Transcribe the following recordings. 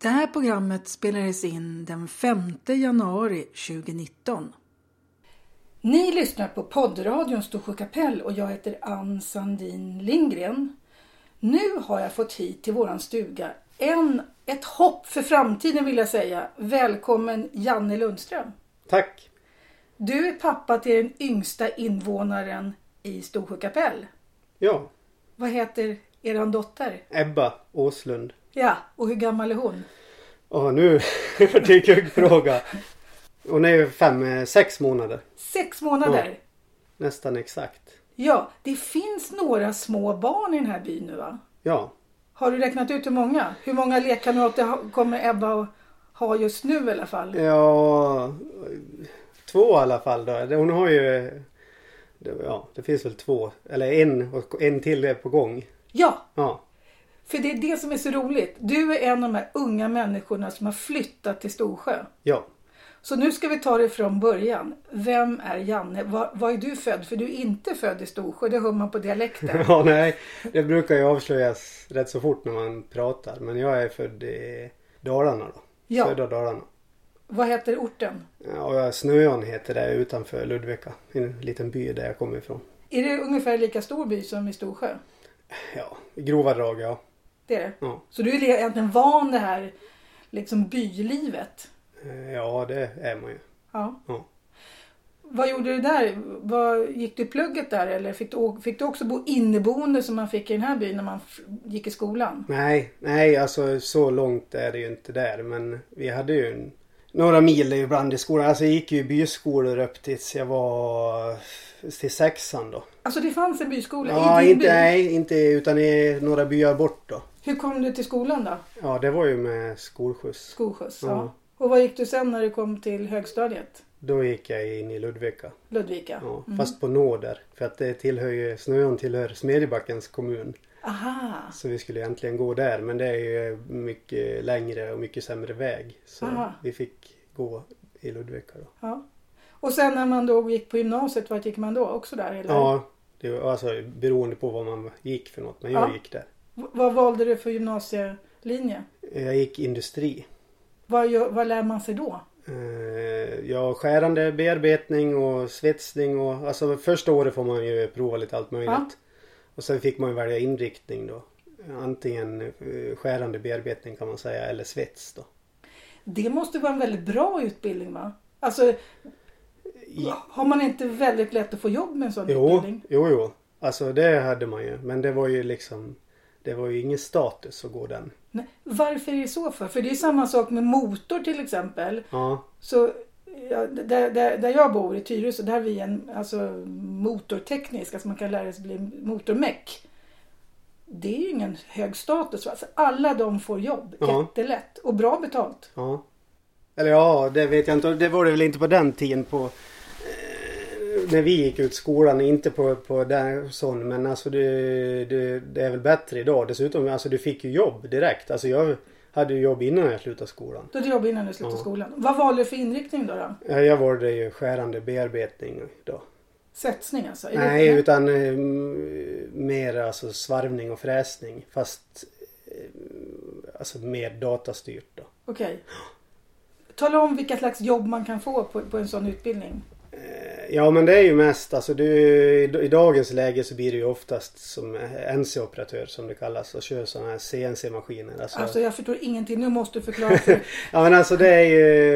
Det här programmet spelades in den 5 januari 2019. Ni lyssnar på poddradion Storsjö kapell och jag heter Ann Sandin Lindgren. Nu har jag fått hit till våran stuga ett hopp för framtiden vill jag säga. Välkommen Janne Lundström. Tack. Du är pappa till den yngsta invånaren i Storsjö kapell. Ja. Vad heter eran dotter? Ebba Åslund. Ja, och hur gammal är hon? Nu det är en kuggfråga. Hon är ju 6 månader. 6 månader? Ja, nästan exakt. Ja, det finns några små barn i den här byn nu va? Ja. Har du räknat ut hur många? Hur många lekkamrater kommer Ebba att ha just nu i alla fall? Ja, 2 i alla fall då. Hon har ju, ja det finns väl 2. Eller en till är på gång. Ja. Ja. För det är det som är så roligt. Du är en av de här unga människorna som har flyttat till Storsjö. Ja. Så nu ska vi ta det från början. Vem är Janne? Var är du född? För du är inte född i Storsjö. Det hör man på dialekten. Ja, nej. Det brukar ju avslöjas rätt så fort när man pratar. Men jag är född i Dalarna då. Ja. Södra Dalarna. Vad heter orten? Ja, Snöön heter det utanför Ludvika. En liten by där jag kommer ifrån. Är det ungefär lika stor by som i Storsjö? Ja, i grova drag, ja. Det är det? Ja. Så du är egentligen van det här liksom bylivet? Ja, det är man ju. Ja. Ja. Vad gjorde du där? Gick du i plugget där eller fick du också bo inneboende som man fick i den här byn när man gick i skolan? Nej, alltså så långt är det ju inte där. Men vi hade ju några mil ibland i skolan. Alltså jag gick ju i byskolor upp tills jag var till 6:an då. Alltså det fanns en byskola ja, i din by? Nej, inte utan i några byar bort då. Hur kom du till skolan då? Ja, det var ju med skolskjuts. Skolskjuts, ja. Och vad gick du sen när du kom till högstadiet? Då gick jag in i Ludvika. Ludvika? Ja, fast på nåder. För att det Snöön tillhör Smedjebackens kommun. Aha. Så vi skulle egentligen gå där. Men det är ju mycket längre och mycket sämre väg. Så vi fick gå i Ludvika då. Ja. Och sen när man då gick på gymnasiet, vart gick man då? Också där? Eller? Ja, det var alltså beroende på vad man gick för något. Men jag gick där. Vad valde du för gymnasielinje? Jag gick industri. Vad lär man sig då? Ja, skärande, bearbetning och svetsning. Och, alltså första året får man ju prova lite allt möjligt. Ja. Och sen fick man ju välja inriktning då. Antingen skärande bearbetning kan man säga eller svets då. Det måste vara en väldigt bra utbildning va? Alltså har man inte väldigt lätt att få jobb med en sån utbildning? Jo. Alltså det hade man ju. Men det var ju liksom, det var ju ingen status att gå den. Nej. Varför är det så för? För det är samma sak med motor till exempel. Ja. Så ja, där jag bor i Tyresö, där har vi en motorteknisk, alltså man kan lära sig bli motormäck. Det är ju ingen hög status. Alltså alla de får jobb, jättelätt och bra betalt. Ja. Eller ja, det vet jag inte. Det var det väl inte på den tiden på när vi gick ut skolan, inte på den sån, men alltså det är väl bättre idag. Dessutom, alltså du fick ju jobb direkt. Alltså jag hade ju jobb innan jag slutade skolan. Du hade jobb innan du slutade skolan. Vad valde du för inriktning då? Jag valde ju skärande bearbetning då. Svetsning alltså? Nej, utan mer alltså svarvning och fräsning. Fast alltså mer datastyrt då. Okej. Tala om vilka slags jobb man kan få på en sån utbildning. Ja, men det är ju mest, alltså i dagens läge så blir det ju oftast som NC-operatör som det kallas och kör sådana här CNC-maskiner. Alltså jag förstår ingenting, nu måste du förklara för... Ja, men alltså det är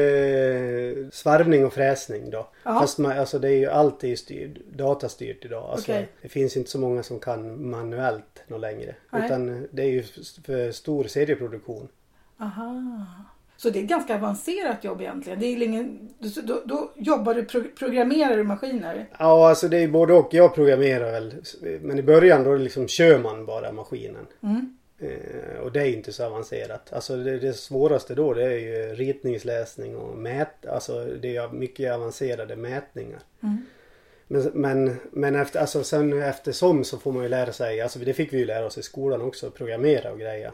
ju svarvning och fräsning då. Aha. Fast alltså det är ju alltid datastyrt idag. Alltså det finns inte så många som kan manuellt något längre. Nej. Utan det är ju för stor serieproduktion. Aha. Så det är ett ganska avancerat jobb egentligen. Det är då jobbar du, programmerar du maskiner? Ja, alltså det är både och. Jag programmerar väl. Men i början då liksom kör man bara maskinen. Och det är ju inte så avancerat. Alltså det svåraste då det är ju ritningsläsning och alltså det är mycket avancerade mätningar. Men eftersom så får man ju lära sig, alltså det fick vi ju lära oss i skolan också, programmera och greja.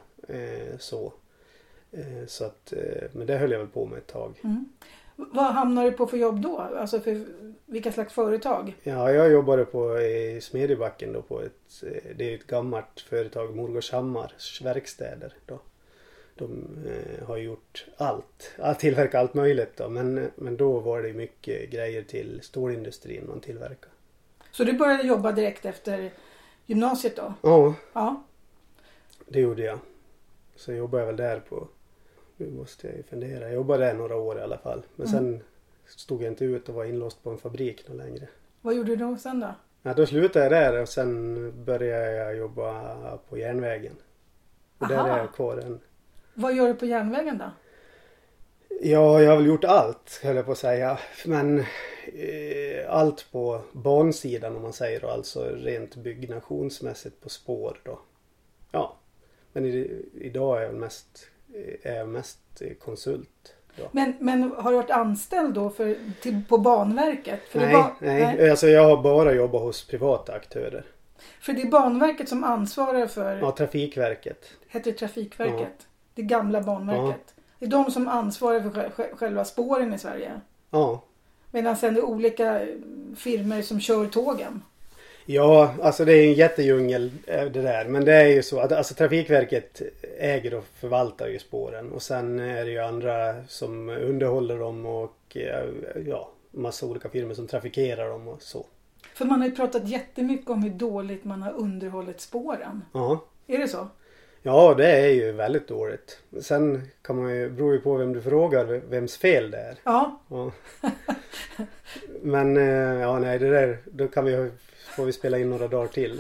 Så att, men det höll jag väl på med ett tag. Vad hamnar du på för jobb då? Alltså för vilka slags företag? Ja, jag jobbade i Smedjebacken då det är ett gammalt företag, Morgårdshammars verkstäder då. De har gjort tillverkat allt möjligt då. Men då var det mycket grejer till stålindustrin man tillverkade. Så du började jobba direkt efter gymnasiet då? Ja. Det gjorde jag. Så jobbade jag väl där på... Nu måste jag ju fundera. Jag jobbade där några år i alla fall. Men sen stod jag inte ut och var inlåst på en fabrik någon längre. Vad gjorde du då sen då? Ja, då slutade jag där och sen började jag jobba på järnvägen. Och där är jag kvar än. Vad gör du på järnvägen då? Ja, jag har väl gjort allt, höll jag på att säga. Men allt på bansidan om man säger då. Alltså rent byggnationsmässigt på spår då. Ja, men idag är jag mest konsult. Då. Men har du varit anställd då på Banverket? För nej. Alltså jag har bara jobbat hos privata aktörer. För det är Banverket som ansvarar för... Ja, Trafikverket. Heter det Trafikverket? Ja. Det gamla Banverket. Ja. Det är de som ansvarar för själva spåren i Sverige. Ja. Medan sen det är olika firmor som kör tågen. Ja, alltså det är en jättedjungel det där. Men det är ju så att alltså, Trafikverket äger och förvaltar ju spåren. Och sen är det ju andra som underhåller dem och massa olika firmor som trafikerar dem och så. För man har ju pratat jättemycket om hur dåligt man har underhållit spåren. Ja. Är det så? Ja, det är ju väldigt dåligt. Sen kan man ju, beror ju på vem du frågar, vems fel det är. Ja. Men det där, då får vi spela in några dagar till.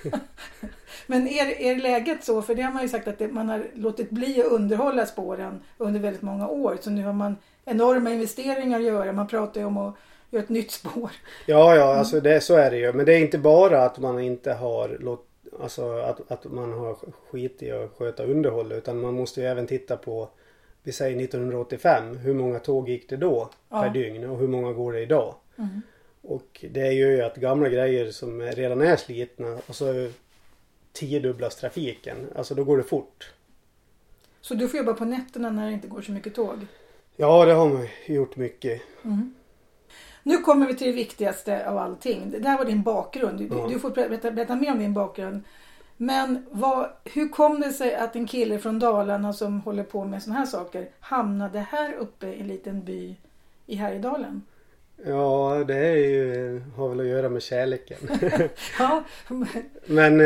Men är läget så? För det har man ju sagt att man har låtit bli att underhålla spåren under väldigt många år. Så nu har man enorma investeringar att göra. Man pratar ju om att göra ett nytt spår. Ja, alltså så är det ju. Men det är inte bara att man inte har att man har skit i att sköta underhåll. Utan man måste ju även titta på, vi säger 1985, hur många tåg gick det då per dygn och hur många går det idag? Mm. Och det är ju att gamla grejer som redan är slitna och så 10-dubblas trafiken. Alltså då går det fort. Så du får jobba på nätterna när det inte går så mycket tåg? Ja, det har man gjort mycket. Mm. Nu kommer vi till det viktigaste av allting. Det där var din bakgrund. Du får berätta mer om din bakgrund. Men hur kom det sig att en kille från Dalarna som håller på med såna här saker hamnade här uppe i en liten by i Härjedalen? Ja, det har väl att göra med kärleken. Ja, men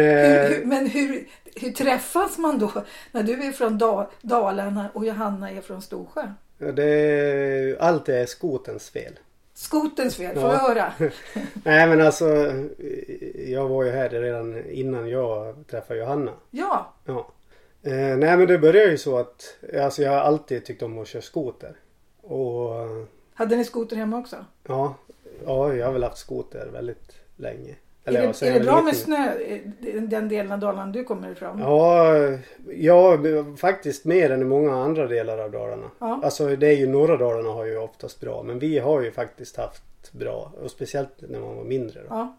hur träffas man då när du är från Dalarna och Johanna är från Storsjö? Ja, allt är skotens fel. Skotens fel, får jag höra? Nej, men alltså jag var ju här redan innan jag träffade Johanna. Ja. Nej, men det började ju så att alltså, jag har alltid tyckt om att köra skoter. Och hade ni skoter hemma också? Ja, jag har väl haft skoter väldigt länge. Är det bra med snö i den delen av Dalarna du kommer ifrån? Ja, faktiskt mer än i många andra delar av Dalarna. Ja. Alltså det är ju norra Dalarna har ju oftast bra. Men vi har ju faktiskt haft bra. Och speciellt när man var mindre då. Ja.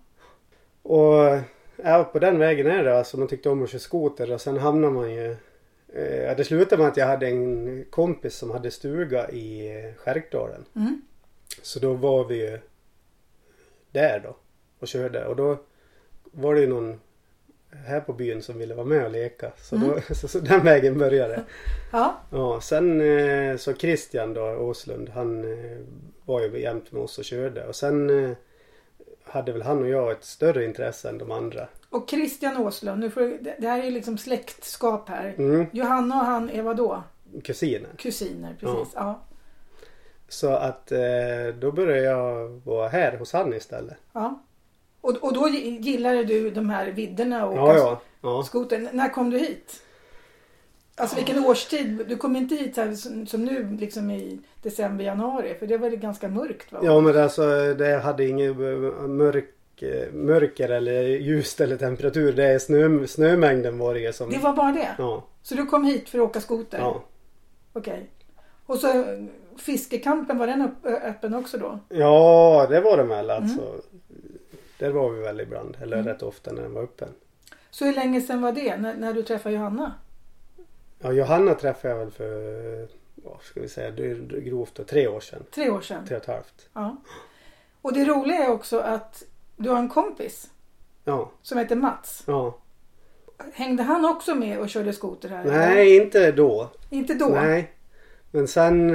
Och på den vägen är det. Alltså man tyckte om att köra skoter. Och sen hamnar man ju... det slutade med att jag hade en kompis som hade stuga i Skärkdalen. Mm. Så då var vi ju där då. Och körde. Och då var det ju någon här på byn som ville vara med och leka. Så, så den vägen började. Ja, sen så Christian då, Åslund, han var ju jämt med oss och körde. Och sen hade väl han och jag ett större intresse än de andra. Och Christian Åslund, det här är ju liksom släktskap här. Mm. Johanna och han är vad då? Kusiner, precis. Ja. Så att då började jag vara här hos han istället. Ja. Och då gillade du de här vidderna och skoten. När kom du hit? Alltså vilken årstid? Du kom inte hit här som nu liksom i december, januari. För det var väl ganska mörkt va? Ja, men alltså det hade ingen mörker eller ljus eller temperatur. Det är snömängden var det som... Det var bara det? Ja. Så du kom hit för att åka skoter? Ja. Okej. Och så fiskekampen, var den öppen också då? Ja, det var det väl alltså. Där var vi väl ibland, eller rätt ofta när den var öppen. Så hur länge sedan var det, när du träffade Johanna? Ja, Johanna träffade jag väl för, vad ska vi säga, grovt då, 3 år sedan. 3 år sedan? 3,5. Ja. Och det roliga är också att du har en kompis. Ja. Som heter Mats. Ja. Hängde han också med och körde skoter här? Nej, eller? Inte då. Inte då? Nej. Men sen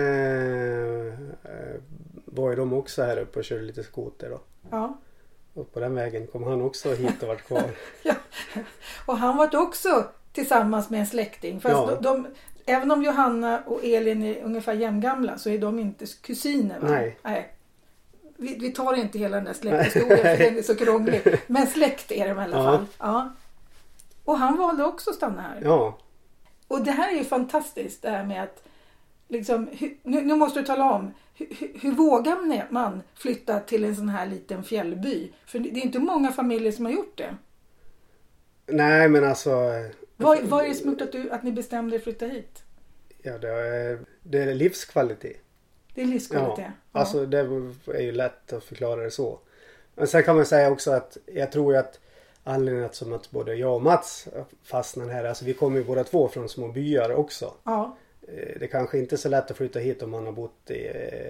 var ju de också här uppe och körde lite skoter då. Ja. Och på den vägen kom han också hit och vart kvar. Ja. Och han var också tillsammans med en släkting. Fast även om Johanna och Elin är ungefär jämngamla så är de inte kusiner, va? Nej. Vi tar inte hela den där släkthistorien för den är så krånglig. Men släkt är de i alla fall. Ja. Och han valde också att stanna här. Ja. Och det här är ju fantastiskt, det här med att liksom, nu måste du tala om hur vågar man flytta till en sån här liten fjällby? För det är inte många familjer som har gjort det. Nej, men alltså... Vad är det som gjort att ni bestämde er flytta hit? Ja, det är livskvalitet. Det är livskvalitet. Ja. Alltså det är ju lätt att förklara det så. Men sen kan man säga också att jag tror att anledningen som att både jag och Mats fastnar här. Alltså vi kommer ju båda två från små byar också. Ja. Det kanske inte är så lätt att flytta hit om man har bott i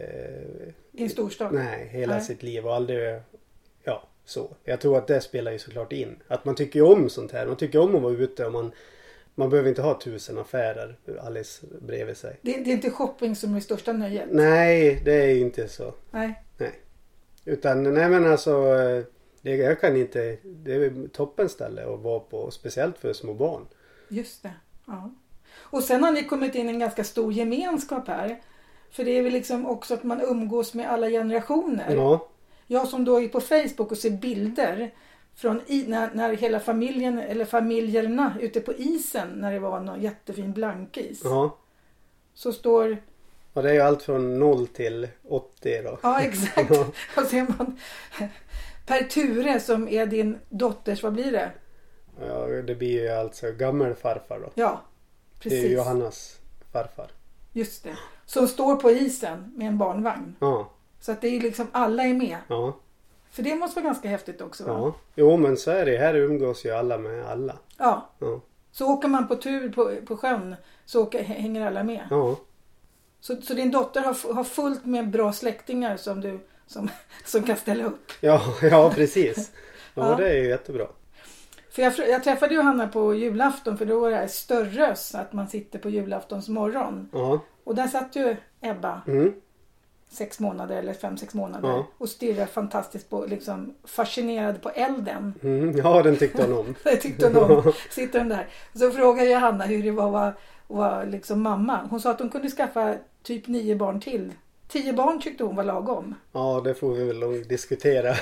en storstad. Nej, hela sitt liv och aldrig... Ja, så. Jag tror att det spelar ju såklart in. Att man tycker om sånt här. Man tycker om att vara ute och man behöver inte ha 1000 affärer alldeles bredvid sig. Det är inte shopping som är största nöjet. Nej, det är inte så. Nej. Utan, nej men alltså... Jag kan inte... Det är toppenställe att vara på. Speciellt för små barn. Just det, ja. Och sen har ni kommit in i en ganska stor gemenskap här. För det är väl liksom också att man umgås med alla generationer. Ja. Jag som då är på Facebook och ser bilder från när hela familjen eller familjerna ute på isen när det var någon jättefin blankis. Ja. Så står... Ja, det är ju allt från 0 till 80 då. Ja, exakt. Och ser man Per Ture som är din dotters, vad blir det? Ja, det blir ju alltså gammelfarfar då. Ja, precis. Det är ju Johannas farfar. Just det. Som står på isen med en barnvagn. Ja. Så att det är liksom, alla är med. Ja. För det måste vara ganska häftigt också, va? Ja. Jo, men så är det. Här umgås ju alla med alla. Ja. Ja. Så åker man på tur på sjön så hänger alla med. Ja. Så din dotter har fullt med bra släktingar som kan ställa upp. Ja, precis. Ja, det är ju jättebra. För jag träffade Johanna på julafton för då var det här Störrös att man sitter på julaftons morgon. Ja. Och där satt ju Ebba 6 månader eller 5-6 månader och stirrade fantastiskt på, liksom fascinerad på elden. Ja, den tyckte hon om. Det tyckte hon om. Sitter hon där. Så frågade Johanna hur det var liksom mamma. Hon sa att hon kunde skaffa typ 9 barn till. 10 barn tyckte hon var lagom. Ja, det får vi väl diskutera.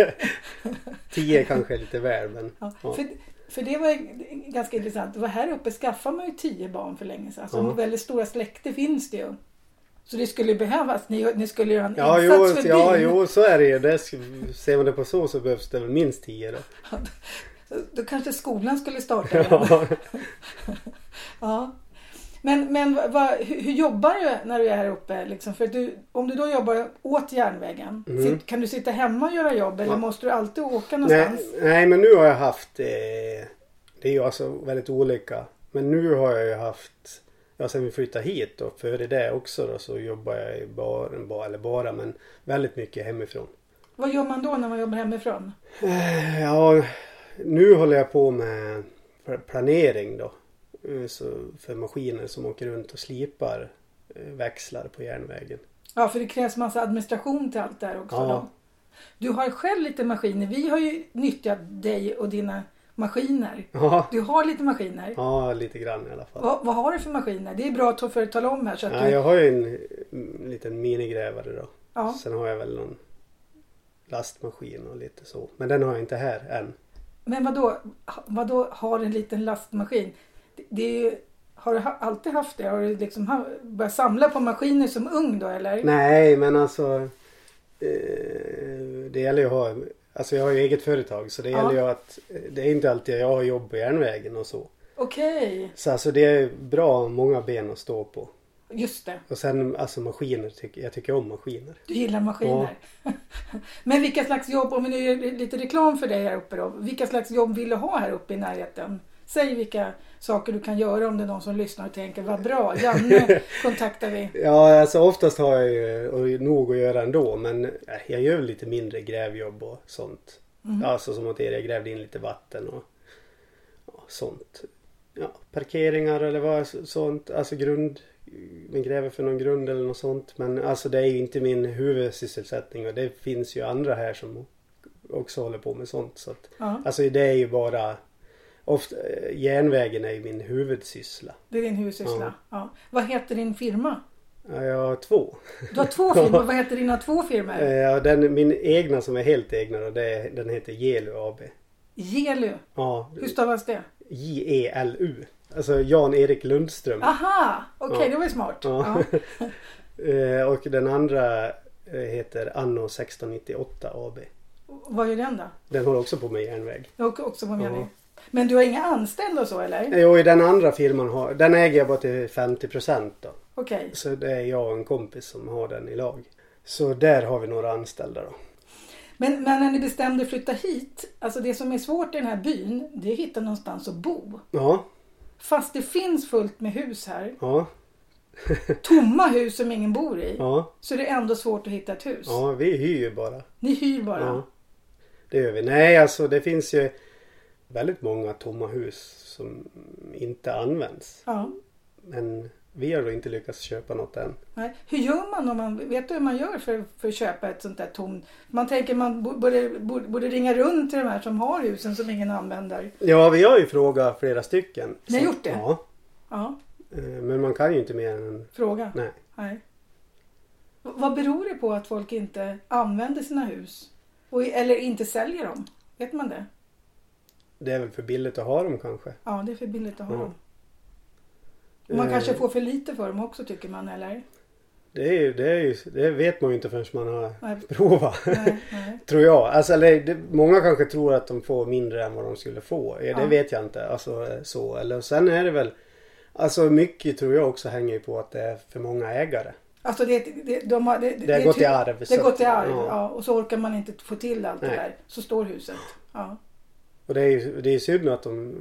10 kanske är lite väl, men... Ja. För det var ganska intressant. Det var här uppe skaffade man ju 10 barn för länge sedan. Alltså väldigt stora släkter finns det ju. Så det skulle behövas. Ni skulle göra en insats för byn. Ja, så är det ju. Ser man det på så behövs det väl minst 10 då. Då kanske skolan skulle starta den. Ja. Men hur jobbar du när du är här uppe? Liksom? För om du då jobbar åt järnvägen, kan du sitta hemma och göra jobb eller måste du alltid åka någonstans? Nej, men nu har jag haft, det är ju alltså väldigt olika. Men nu har jag ju haft, sen vi flyttade hit och före det också då, så jobbar jag bara, men väldigt mycket hemifrån. Vad gör man då när man jobbar hemifrån? Ja, nu håller jag på med planering då. Så för maskiner som åker runt och slipar växlar på järnvägen. Ja, för det krävs massa administration till allt där också. Ja. Du har själv lite maskiner. Vi har ju nyttjat dig och dina maskiner. Ja. Du har lite maskiner. Ja, lite grann i alla fall. Vad har du för maskiner? Det är bra att för att tala om här. Så att jag har ju en liten minigrävare då. Ja. Sen har jag väl någon lastmaskin och lite så. Men den har jag inte här än. Men vadå har en liten lastmaskin? Har du alltid haft det? Har du liksom börjat samla på maskiner som ung då eller? Nej, men alltså det gäller ju att ha, alltså jag har ju eget företag så det gäller ju att det är inte alltid jag har jobb på järnvägen och så. Okej. Så alltså det är bra många ben att stå på. Just det. Och sen alltså maskiner, jag tycker om maskiner. Du gillar maskiner. Ja. Men vilka slags jobb, om vi nu gör lite reklam för dig här uppe då. Vilka slags jobb vill du ha här uppe i närheten? Säg vilka saker du kan göra om det är någon som lyssnar och tänker, vad bra, Janne kontaktar vi. Ja, alltså oftast har jag ju nog att göra ändå, men jag gör lite mindre grävjobb och sånt. Alltså som att jag grävde in lite vatten och sånt. Ja, parkeringar eller vad sånt. Alltså man gräver för någon grund eller något sånt. Men alltså det är ju inte min huvudsysselsättning. Och det finns ju andra här som också håller på med sånt. Så att, alltså det är ju bara... Ofta, järnvägen är ju min huvudsyssla. Det är din huvudsyssla? Ja. Vad heter din firma? Ja, jag har 2. Du har 2 firmor. Vad heter dina 2 firmor? Ja, min egna som är helt egna då, den heter Jelu AB. Jelu? Ja. Hur stavas det? J-E-L-U. Alltså Jan-Erik Lundström. Aha, okej, det var ju smart. Ja. Och den andra heter Anno 1698 AB. Vad gör den då? Den håller också på med järnväg. Jag åker också på med järnväg. Men du har inga anställda och så den Jo, i den andra firman den äger jag bara till 50% då. Okej. Så det är jag och en kompis som har den i lag. Så där har vi några anställda då. Men när ni bestämde flytta hit, alltså det som är svårt i den här byn, det är att hitta någonstans att bo. Ja. Fast det finns fullt med hus här. Ja. Tomma hus som ingen bor i. Ja. Så det är ändå svårt att hitta ett hus. Ja, vi hyr ju bara. Ni hyr bara? Ja. Det gör vi. Nej, alltså det finns ju väldigt många tomma hus som inte används. Ja. Men vi har då inte lyckats köpa något än. Nej. Hur gör man om man vet du hur man gör för att köpa ett sånt där tomt? Man tänker man borde ringa runt till de här som har husen som ingen använder. Ja, vi har ju frågat flera stycken. Ni har gjort det? Ja. Ja. Men man kan ju inte mer än fråga. Nej. Vad beror det på att folk inte använder sina hus? Eller inte säljer dem? Vet man det? Det är väl för billigt att ha dem kanske. Ja, det är för billigt att ha dem. Och man kanske får för lite för dem också tycker man, eller? Det vet man ju inte förrän man har provat. Nej. Tror jag. Alltså, många kanske tror att de får mindre än vad de skulle få. Det vet jag inte. Alltså, så. Eller sen är det väl... Alltså mycket tror jag också hänger ju på att det är för många ägare. Alltså det har gått i arv. Det har gått i arv, ja. Och så orkar man inte få till allt det där. Så står huset. Ja. Och det är synd att de...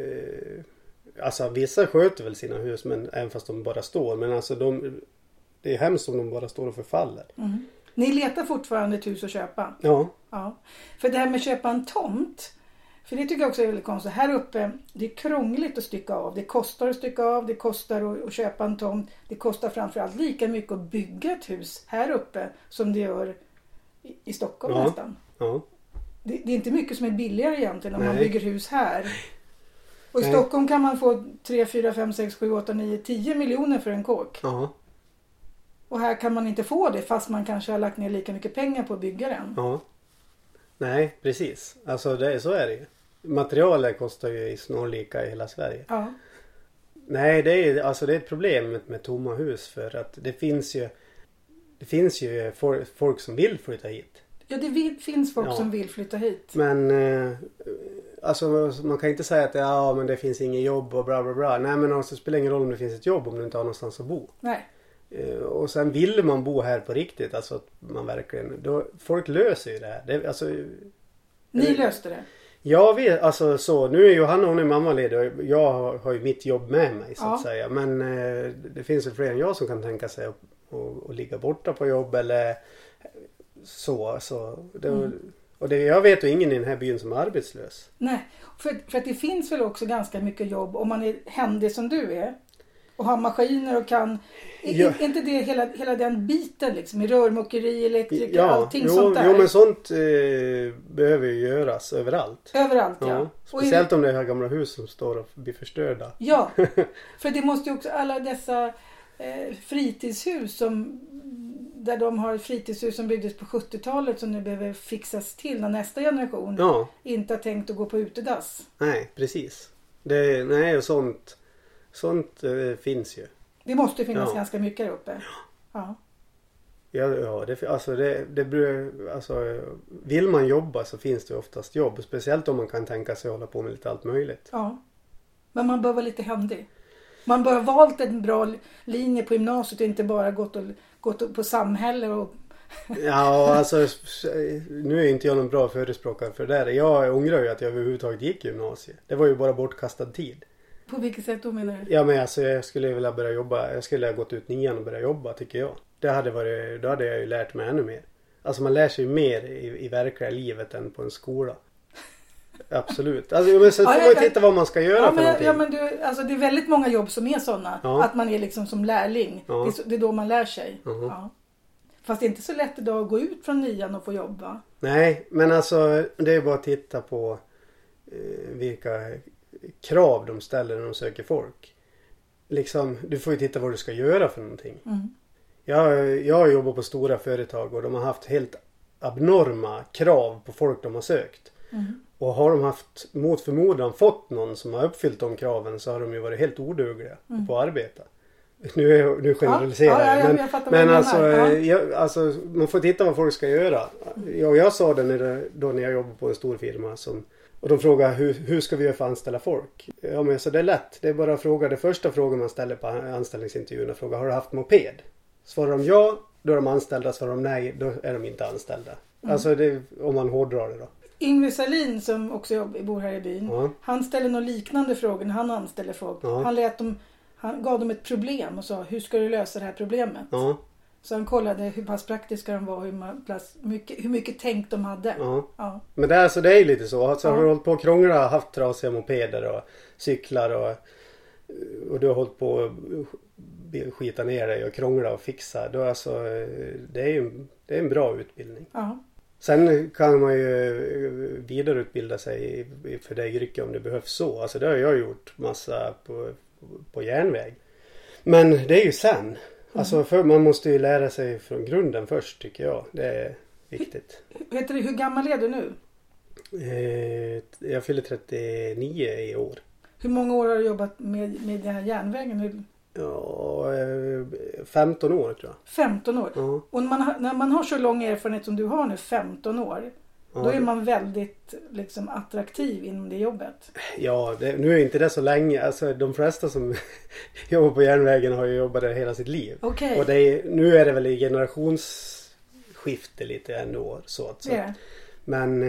Alltså vissa sköter väl sina hus men även fast de bara står. Men alltså det är hemskt om de bara står och förfaller. Mm. Ni letar fortfarande ett hus att köpa? Ja. För det här med att köpa en tomt. För det tycker jag också är väldigt konstigt. Här uppe, det är krångligt att stycka av. Det kostar att stycka av, det kostar att köpa en tomt. Det kostar framförallt lika mycket att bygga ett hus här uppe som det gör i Stockholm nästan. Ja. Det är inte mycket som är billigare egentligen om man bygger hus här. Och i Stockholm kan man få 3, 4, 5, 6, 7, 8, 9, 10 miljoner för en kåk. Ja. Och här kan man inte få det fast man kanske har lagt ner lika mycket pengar på att bygga den. Ja. Nej, precis. Alltså så är det ju. Materialet kostar ju snarlika i hela Sverige. Ja. Nej, det är ett problem med tomma hus för att det finns ju folk som vill flytta hit. Ja, det finns folk som vill flytta hit. Men alltså man kan inte säga att men det finns ingen jobb och bla bla bla. Nej, men alltså, det spelar ingen roll om det finns ett jobb om du inte har någonstans att bo. Nej. Och sen vill man bo här på riktigt, alltså att man verkligen, folk löser ju det här. Ni löste det? Ja, nu är Johanna, hon är mammaledig och jag har ju mitt jobb med mig så att säga. Men det finns ju fler än jag som kan tänka sig att ligga borta på jobb eller så. Jag vet ju ingen i den här byn som är arbetslös. Nej, för att det finns väl också ganska mycket jobb om man är händig som du är. Och har maskiner och kan... Är inte det hela den biten liksom? I rörmokeri, elektriker, allting sånt där? Jo, men sånt behöver ju göras överallt. Överallt, ja. Speciellt om det är gamla hus som står och blir förstörda. Ja, för det måste ju också alla dessa fritidshus där de har fritidshus som byggdes på 70-talet som nu behöver fixas till när nästa generation inte har tänkt att gå på utedass. Nej, precis. Sånt finns ju. Det måste finnas ganska mycket där uppe. Ja. Vill man jobba så finns det oftast jobb. Speciellt om man kan tänka sig att hålla på med lite allt möjligt. Ja. Men man bör vara lite händig. Man bör ha valt en bra linje på gymnasiet och inte bara gått på samhälle och... Ja, alltså nu är inte jag någon bra förespråkare för det där. Jag ångrar ju att jag överhuvudtaget gick gymnasiet. Det var ju bara bortkastad tid. På vilket sätt då menar du? Ja, men alltså jag skulle vilja börja jobba. Jag skulle ha gått ut 9 och börja jobba, tycker jag. Då hade jag ju lärt mig ännu mer. Alltså man lär sig ju mer i verkliga livet än på en skola. absolut. Alltså, men så får man titta vad man ska göra för någonting. Ja, men alltså, det är väldigt många jobb som är sådana. Ja. Att man är liksom som lärling. Ja. Det är då man lär sig. Mm. Ja. Fast det är inte så lätt idag att gå ut från 9 och få jobba. Nej, men alltså det är bara att titta på vilka krav de ställer när de söker folk. Liksom, du får ju titta vad du ska göra för någonting. Mm. Jag har jobbat på stora företag och de har haft helt abnorma krav på folk de har sökt. Mm. Och har de haft mot förmodan fått någon som har uppfyllt de kraven så har de ju varit helt odugliga på att arbeta. Nu generaliserar jag. Men alltså, man får titta vad folk ska göra. Jag sa det när jag jobbade på en stor firma och de frågade hur ska vi göra för att anställa folk? Ja, men så det är lätt. Det är bara att fråga. Det första frågan man ställer på anställningsintervjun är fråga, har du haft moped? Svarar de ja, då är de anställda. Svarar de nej, då är de inte anställda. Alltså om man hårdrar det då. Yngve Salin som också bor här i byn. Ja. Han ställer några liknande frågor när han anställer folk. Ja. Han gav dem ett problem och sa, hur ska du lösa det här problemet? Ja. Så han kollade hur pass praktiska de var, hur mycket tänk de hade. Ja. Ja. Men det är ju lite så. Alltså, har du hållit på och krångla, haft trasiga mopeder och cyklar och du har hållit på att skita ner dig och krångla och fixa. Då alltså, det är en bra utbildning. Ja. Sen kan man ju vidareutbilda sig för det yrke om det behövs så. Alltså det har jag gjort massa på järnväg. Men det är ju sen. Alltså för man måste ju lära sig från grunden först tycker jag. Det är viktigt. Hur gammal är du nu? Jag fyller 39 i år. Hur många år har du jobbat med den här järnvägen? Ja, 15 år tror jag. 15 år? Ja. Och när man har så lång erfarenhet som du har nu, 15 år. Ja, då är man väldigt liksom, attraktiv inom det jobbet. Ja, nu är inte det så länge. Alltså de flesta som jobbar på järnvägen har ju jobbat där hela sitt liv. Okay. Och nu är det väl i generationsskifte lite ändå. Så. Yeah. Men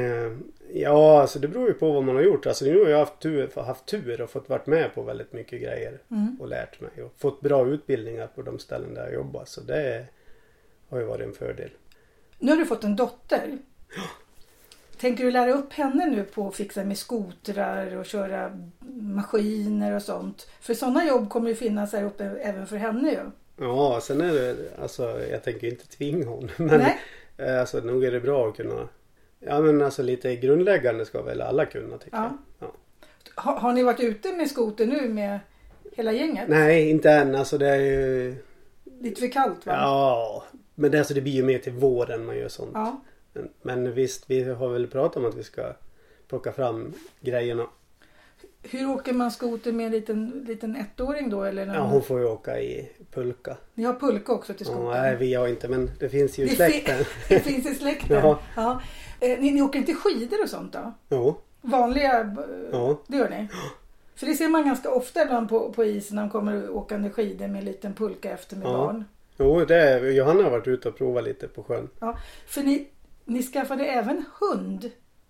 ja, alltså det beror ju på vad man har gjort. Alltså nu har jag haft tur och fått varit med på väldigt mycket grejer. Och lärt mig. Och fått bra utbildningar på de ställen där jag jobbar. Så det har ju varit en fördel. Nu har du fått en dotter. Ja. Tänker du lära upp henne nu på att fixa med skotrar och köra maskiner och sånt? För sådana jobb kommer ju finnas här uppe även för henne ju. Ja, sen är det, alltså jag tänker inte tvinga hon. Men alltså nog är det bra att kunna, ja men alltså lite grundläggande ska väl alla kunna tycker jag. Ja. Har ni varit ute med skoter nu med hela gänget? Nej, inte än. Alltså det är ju... Lite för kallt va? Ja, men det blir ju mer till våren man gör sånt. Ja. Men visst, vi har väl pratat om att vi ska plocka fram grejerna. Hur åker man skoter med en liten ettåring då? Eller Ja, hon får ju åka i pulka. Ni har pulka också till skoter? Nej, vi har inte, men det finns ju i släkten. Det finns i släkten? Ja. Ni åker inte skidor och sånt då? Jo. Vanliga, det gör ni? För det ser man ganska ofta ibland på isen när de kommer åkande skidor med en liten pulka efter med barn. Jo, Johanna har varit ute och provat lite på sjön. Ja, för ni skaffade även hund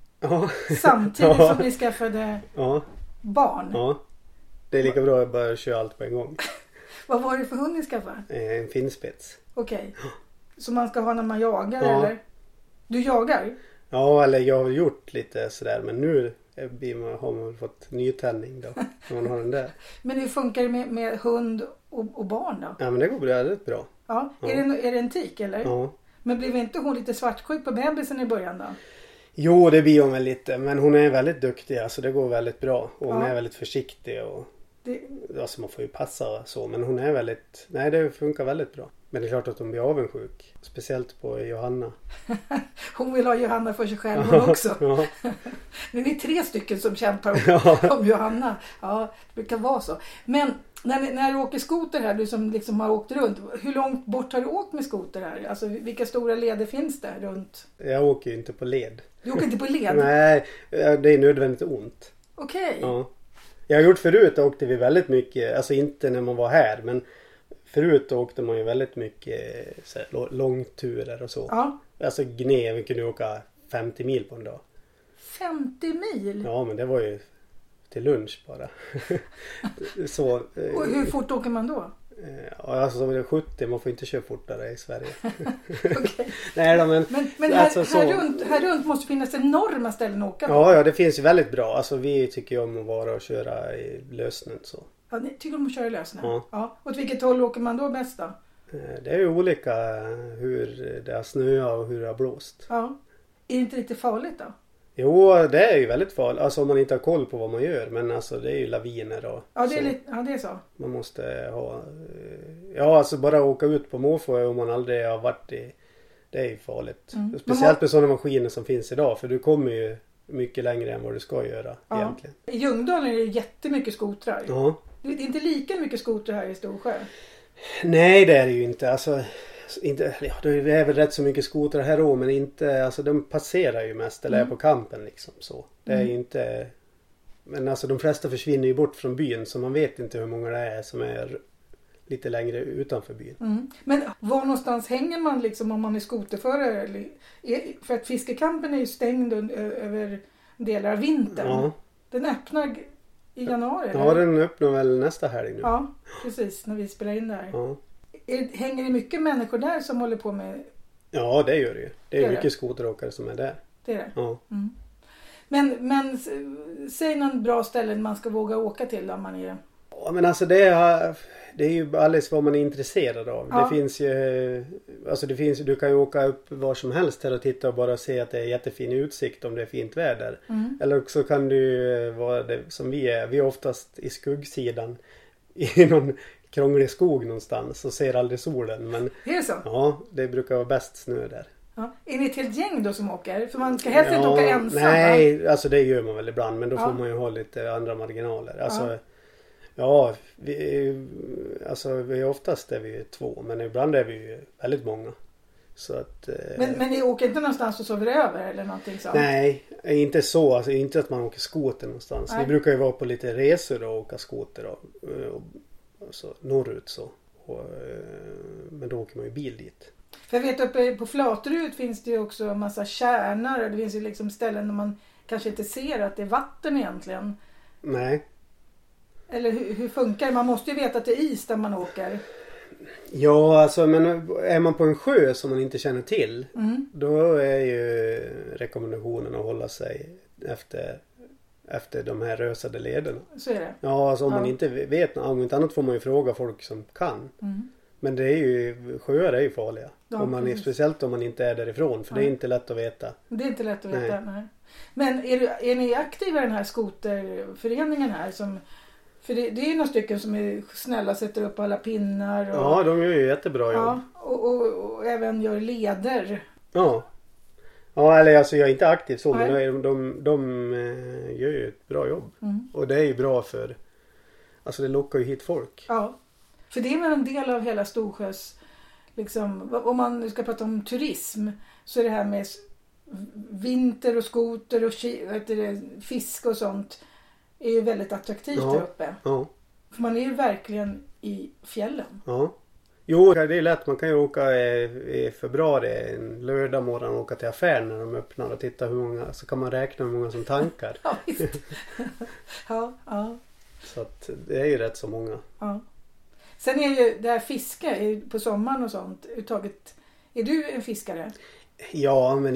samtidigt som ni skaffade barn. Ja, det är lika bra att bara köra allt på en gång. Vad var det för hund ni skaffade? En finspets. Okej. Så man ska ha när man jagar eller? Du jagar? Ja, eller jag har gjort lite sådär men nu har man fått nytändning då. När man har den där. Men hur funkar det med hund och barn då? Ja men det går väldigt bra. Ja. Är det en tik eller? Ja. Men blev inte hon lite svartsjuk på bebisen i början då? Jo, det blir hon väl lite. Men hon är väldigt duktig. Alltså det går väldigt bra. Och hon är väldigt försiktig. Och, alltså man får ju passa så. Men hon är väldigt... Nej, det funkar väldigt bra. Men det är klart att hon blir avundsjuk. Speciellt på Johanna. Hon vill ha Johanna för sig själv hon också. Ja. Nu är ni 3 stycken som kämpar om Johanna. Ja, det brukar vara så. Men när du åker skoter här, du som liksom har åkt runt. Hur långt bort har du åkt med skoter här? Alltså vilka stora leder finns det runt? Jag åker ju inte på led. Du åker inte på led? Nej, det är nödvändigt ont. Okej. Ja. Jag har gjort förut, då åkte vi väldigt mycket. Alltså inte när man var här, men... Förut åkte man ju väldigt mycket så här, långturer och så. Ja. Alltså vi kunde åka 50 mil på en dag. 50 mil? Ja, men det var ju till lunch bara. Så, och hur fort åker man då? Alltså 70, man får inte köra fortare i Sverige. Okay. Nej då, men här runt måste finnas enorma ställen att åka på. Ja, det finns ju väldigt bra. Alltså vi tycker ju om att vara och köra i lösnen så. Ja, ni tycker om att köra i lösnen? Ja. Ja. Åt vilket håll åker man då bäst då? Det är ju olika hur det har snöat och hur det har blåst. Ja. Är det inte lite farligt då? Jo, det är ju väldigt farligt. Alltså om man inte har koll på vad man gör. Men alltså det är ju laviner och ja, det är så. det är så. Man måste ha... Ja, alltså bara åka ut på måfå om man aldrig har varit i... Det är ju farligt. Speciellt med sådana maskiner som finns idag. För du kommer ju mycket längre än vad du ska göra egentligen. I Ljungdalen är det jättemycket skotrar. Ja. Det är inte lika mycket skotrar här i Storsjö. Nej, det är det ju inte. Alltså... Inte, ja, det är väl rätt så mycket skotrar här då, men inte, alltså de passerar ju mest eller är på kampen liksom så. Det är ju inte, men alltså de flesta försvinner ju bort från byn så man vet inte hur många det är som är lite längre utanför byn. Men var någonstans hänger man liksom om man är skoterförare? Eller, för att fiskekampen är ju stängd över delar av vintern. Ja. Den öppnar i januari? Ja, den öppnar väl nästa helg nu. Ja, precis, när vi spelar in där. Ja. Hänger det mycket människor där som håller på med... Ja, det gör det ju. Det är mycket skoteråkare som är där. Det är det? Ja. Men säg någon bra ställe man ska våga åka till om man är... Ja, men alltså det är ju alldeles vad man är intresserad av. Ja. Det finns ju... Alltså det finns, du kan ju åka upp var som helst här och titta och bara se att det är jättefin utsikt om det är fint väder. Eller också kan du vara det som vi är. Vi är oftast i skuggsidan i någon krånglig skog någonstans och ser aldrig solen. Men, är det så? Ja, det brukar vara bäst snö där. Ja. Är ni ett helt gäng då som åker? För man ska helst inte åka ensam. Nej, alltså det gör man väl ibland. Men då får man ju ha lite andra marginaler. Alltså, vi är oftast är vi 2. Men ibland är vi ju väldigt många. Så att, men ni åker inte någonstans och sover över eller någonting sånt? Nej, inte så. Alltså, inte att man åker skoter någonstans. Vi brukar ju vara på lite resor och åka skoter och alltså, norrut så. Men då åker man ju bil dit. För jag vet uppe på Flaterud finns det ju också en massa kärnar. Det finns ju liksom ställen där man kanske inte ser att det är vatten egentligen. Nej. Eller hur funkar det? Man måste ju veta att det är is där man åker. Ja, alltså men är man på en sjö som man inte känner till. Då är ju rekommendationen att hålla sig efter de här rösade lederna. Så är det. Ja, alltså om man inte vet, om inte annat får man ju fråga folk som kan. Men det är ju, sjöar är ju farliga. Ja, speciellt om man inte är därifrån, för det är inte lätt att veta. Det är inte lätt att veta, nej. Men är ni aktiva i den här skoterföreningen här? För det är ju några stycken som är snälla, sätter upp alla pinnar. Och, ja, de gör ju jättebra jobb. Ja, och även gör leder. Ja. Ja, eller alltså jag är inte aktiv så, men de gör ju ett bra jobb. Och det är ju bra för, alltså det lockar ju hit folk. Ja, för det är väl en del av hela Storsjös, liksom, om man nu ska prata om turism, så är det här med vinter och skoter och fisk och sånt är ju väldigt attraktivt där uppe. Ja. För man är ju verkligen i fjällen. Ja. Jo, det är lätt. Man kan ju åka i februari en lördag morgon och åka till affären när de öppnar och titta hur många, så kan man räkna hur många som tankar. Ja, visst. Ja. Så att det är ju rätt så många. Ja. Sen är ju det här fiske på sommaren och sånt uttaget. Är du en fiskare? Ja, men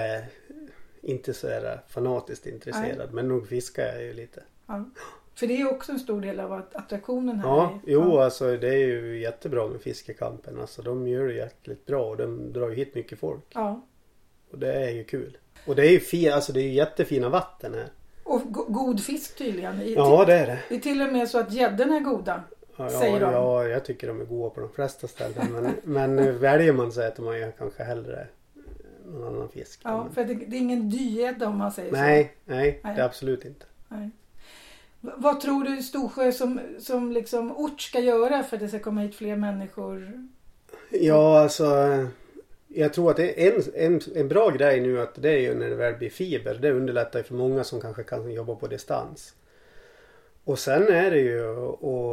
inte så är fanatiskt intresserad. Nej. Men nog fiskar jag ju lite. Ja. För det är ju också en stor del av attraktionen här. Ja, alltså det är ju jättebra med fiskekampen. Alltså de gör det jäkligt bra och de drar ju hit mycket folk. Ja. Och det är ju kul. Och det är ju alltså det är ju jättefina vatten här. Och god fisk tydligen. Ja, det är det. Det är till och med så att gäddorna är goda. Säger de. Ja, jag tycker de är goda på de flesta ställen. Men väljer man så äter man ju kanske hellre någon annan fisk. Ja, för det är ingen dygädda om man säger så. Nej, det är absolut inte. Nej. Vad tror du Storsjö som liksom ort ska göra för att det ska komma hit fler människor? Ja, alltså jag tror att det är en bra grej nu att det är ju när det väl blir fiber. Det underlättar ju för många som kanske kan jobba på distans. Och sen är det ju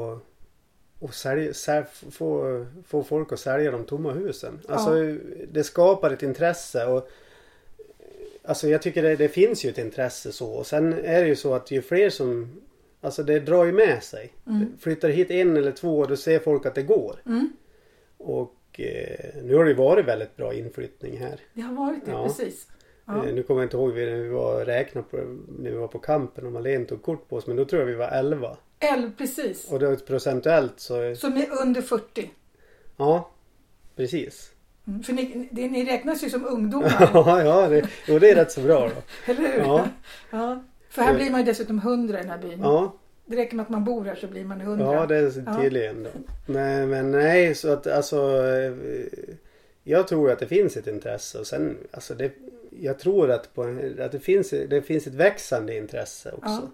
att få folk att sälja de tomma husen. Alltså det skapar ett intresse och alltså jag tycker det finns ju ett intresse så. Och sen är det ju så att ju fler som Alltså det drar ju med sig. Flyttar hit 1 eller 2 då ser folk att det går. Och nu har det varit väldigt bra inflyttning här. Det har varit det, precis. Ja. Nu kommer jag inte ihåg när vi var räknat på när vi var på kampen och Malene tog kort på oss, men då tror jag vi var 11. 11, precis. Och det är procentuellt så... Som är under 40. Ja, precis. För ni räknas ju som ungdomar. Ja, det är rätt så bra då. Eller hur? Ja. För här blir man ju dessutom 100 i den här byn. Ja. Det räcker med att man bor här så blir man 100. Ja, det är tydligen då. Men nej, så att alltså... Jag tror att det finns ett intresse och sen, alltså jag tror att det finns ett växande intresse också.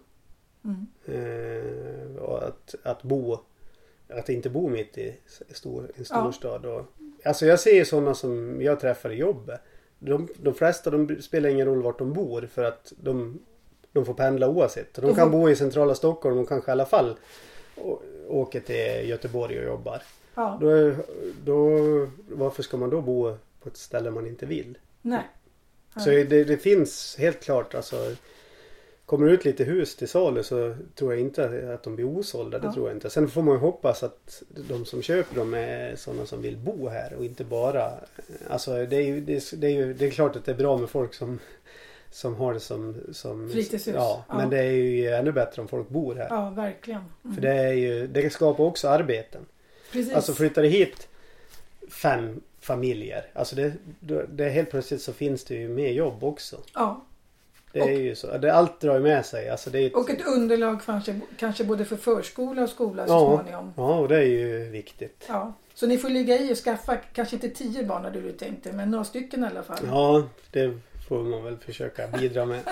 Och att inte bo mitt i en storstad. Och, alltså jag ser ju sådana som jag träffar i jobbet. De flesta de spelar ingen roll vart de bor för att de får pendla oavsett. De kan bo i centrala Stockholm och kanske i alla fall åker till Göteborg och jobbar. Ja. Då varför ska man då bo på ett ställe man inte vill? Nej. Så det finns helt klart, alltså kommer ut lite hus till salu så tror jag inte att de blir osålda, det tror jag inte. Sen får man ju hoppas att de som köper dem är sådana som vill bo här och inte bara, alltså det är klart att det är bra med folk som har det som fritidshus. Ja, men det är ju ännu bättre om folk bor här. Ja, verkligen. För det skapar också arbeten. Precis. Alltså flyttar det hit 5 familjer. Alltså det helt plötsligt så finns det ju mer jobb också. Ja. Det är ju så. Allt drar ju med sig. Alltså och ett underlag kanske både för förskola och skola så småningom. Ja, och det är ju viktigt. Ja. Så ni får ligga i och skaffa kanske inte 10 barn när du tänkte, men några stycken i alla fall. Ja, det får man väl försöka bidra med.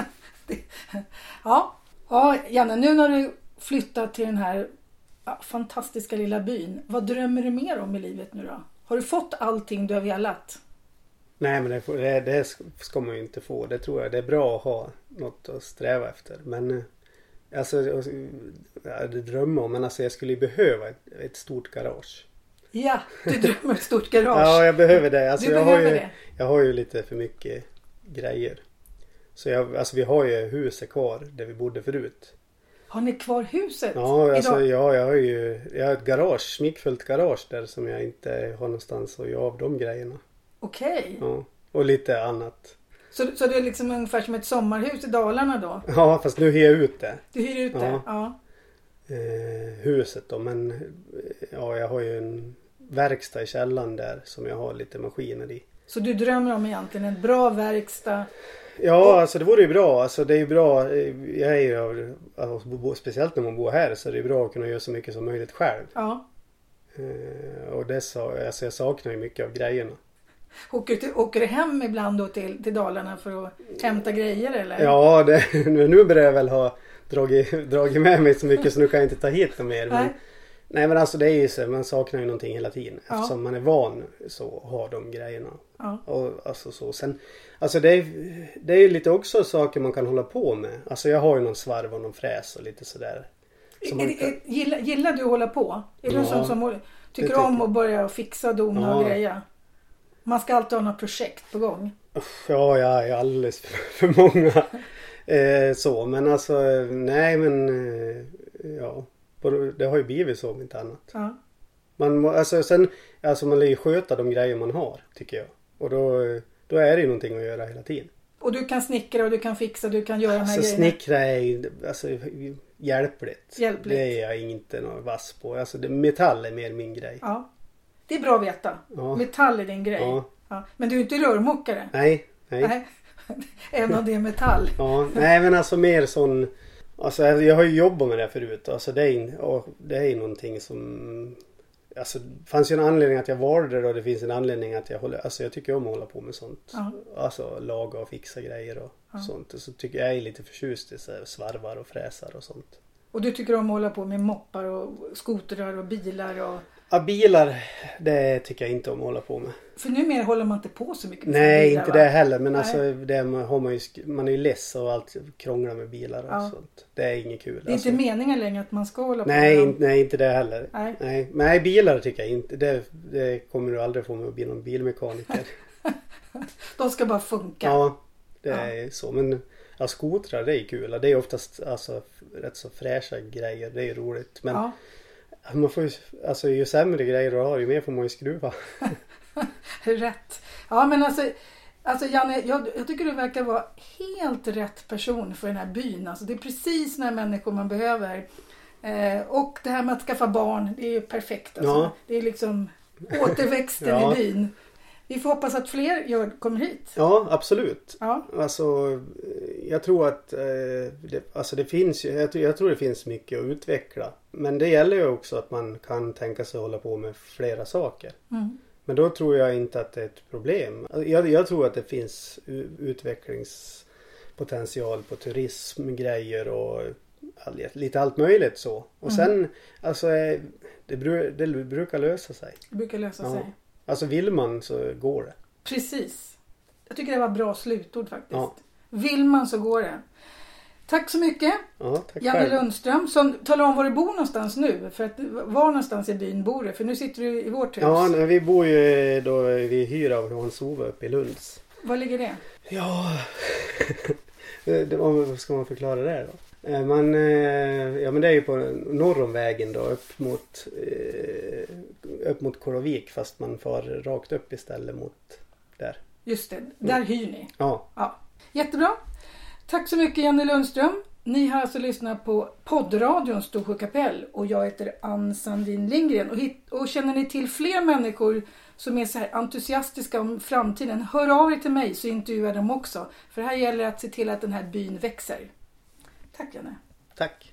Ja, Janne, nu när du flyttat till den här fantastiska lilla byn. Vad drömmer du mer om i livet nu då? Har du fått allting du har velat? Nej, men det ska man ju inte få. Det tror jag. Det är bra att ha något att sträva efter. Men alltså, det drömmer om. Men alltså jag skulle ju behöva ett stort garage. Ja, du drömmer ett stort garage. Ja, jag behöver det. Alltså, jag har ju lite för mycket grejer. Så vi har ju huset kvar där vi bodde förut. Har ni kvar huset? Ja, alltså, jag har ett garage, smickfullt garage där som jag inte har någonstans att göra av de grejerna. Okej. Ja, och lite annat. Så det är liksom ungefär som ett sommarhus i Dalarna då? Ja, fast nu hyr jag ut det. Du hyr ut det? Ja. Huset då, men jag har ju en verkstad i källaren där som jag har lite maskiner i. Så du drömmer om egentligen en bra verkstad? Ja, alltså det vore ju bra. Alltså det är ju bra. Speciellt när man bor här så är det ju bra att kunna göra så mycket som möjligt själv. Ja. Och jag saknar ju mycket av grejerna. Åker du hem ibland då till Dalarna för att hämta grejer eller? Ja, nu börjar jag väl ha dragit med mig så mycket så nu kan jag inte ta hit dem mer. Nej men alltså det är ju så, man saknar ju någonting hela tiden. Eftersom man är van så har de grejerna. Ja. Och alltså så. Sen, alltså det är ju lite också saker man kan hålla på med. Alltså jag har ju någon svarv och någon fräs och lite sådär. Gillar du att hålla på? Är du sån som tycker om att börja fixa och dona och greja? Man ska alltid ha något projekt på gång. Ja, jag är alldeles för många. Så, men alltså nej men ja. Det har ju blivit så om inte annat. Ja. Man lär ju sköta de grejer man har, tycker jag. Och då är det ju någonting att göra hela tiden. Och du kan snickra och du kan fixa, du kan göra de här grejerna. Snickra är ju hjälpligt. Det är jag inte någon vass på. Alltså metall är mer min grej. Ja. Det är bra att veta. Ja. Metall är din grej. Ja. Ja. Men du är inte rörmokare? Nej. Även om det är metall. Ja, nej men alltså mer sån. Alltså jag har ju jobbat med det förut. Alltså det är någonting som. Alltså det fanns ju en anledning att jag valde det och det finns en anledning att jag tycker om att hålla på med sånt. Ja. Alltså laga och fixa grejer och sånt. Så tycker jag är lite förtjust i svarvar och fräsar och sånt. Och du tycker om att hålla på med moppar och skotrar och bilar och... Ja, bilar, det tycker jag inte om att hålla på med. För numera håller man inte på så mycket med nej, bilar, inte det heller. Men alltså, man är ju less och allt krånglar med bilar och sånt. Det är inget kul. Det är inte meningen längre att man ska hålla på med. Nej, inte det heller. Nej, bilar tycker jag inte. Det kommer du aldrig få med att bli någon bilmekaniker. De ska bara funka. Ja, det är så. Men Ja, skotrar det är kul. Det är oftast alltså, rätt så fräscha grejer. Det är roligt. Men man får ju, alltså, ju sämre grejer du har, ju mer får man ju skruva. Rätt. Ja, men alltså Janne, jag tycker du verkar vara helt rätt person för den här byn. Alltså, det är precis när människor man behöver. Och det här med att skaffa barn, det är ju perfekt. Alltså. Ja. Det är liksom återväxten i byn. Vi får hoppas att fler kommer hit. Ja, absolut. Ja. Alltså, jag tror att det finns jag tror det finns mycket att utveckla. Men det gäller ju också att man kan tänka sig hålla på med flera saker. Mm. Men då tror jag inte att det är ett problem. Jag tror att det finns utvecklingspotential på turismgrejer och lite allt möjligt så. Och sen, alltså, det brukar lösa sig. Det brukar lösa sig. Alltså vill man så går det. Precis. Jag tycker det var bra slutord faktiskt. Ja. Vill man så går det. Tack så mycket. Ja, tack Janne Lundström, som talar om var du bor någonstans nu. För att, var någonstans i byn bor du? För nu sitter du i vårt hus. Ja, vi bor ju då, vi hyr av Hans-Ove uppe i Lunds. Var ligger det? Ja, vad ska man förklara det då? Men det är ju på norr om vägen då, upp mot Korovik, fast man far rakt upp istället mot där. Just det, där hyr ni. Ja. Jättebra. Tack så mycket Janne Lundström. Ni har alltså lyssnat på poddradion Storsjö kapell och jag heter Ann Sandin Lindgren. Och känner ni till fler människor som är så här entusiastiska om framtiden, hör av er till mig så intervjuar jag dem också. För här gäller det att se till att den här byn växer. Tack Janne. Tack.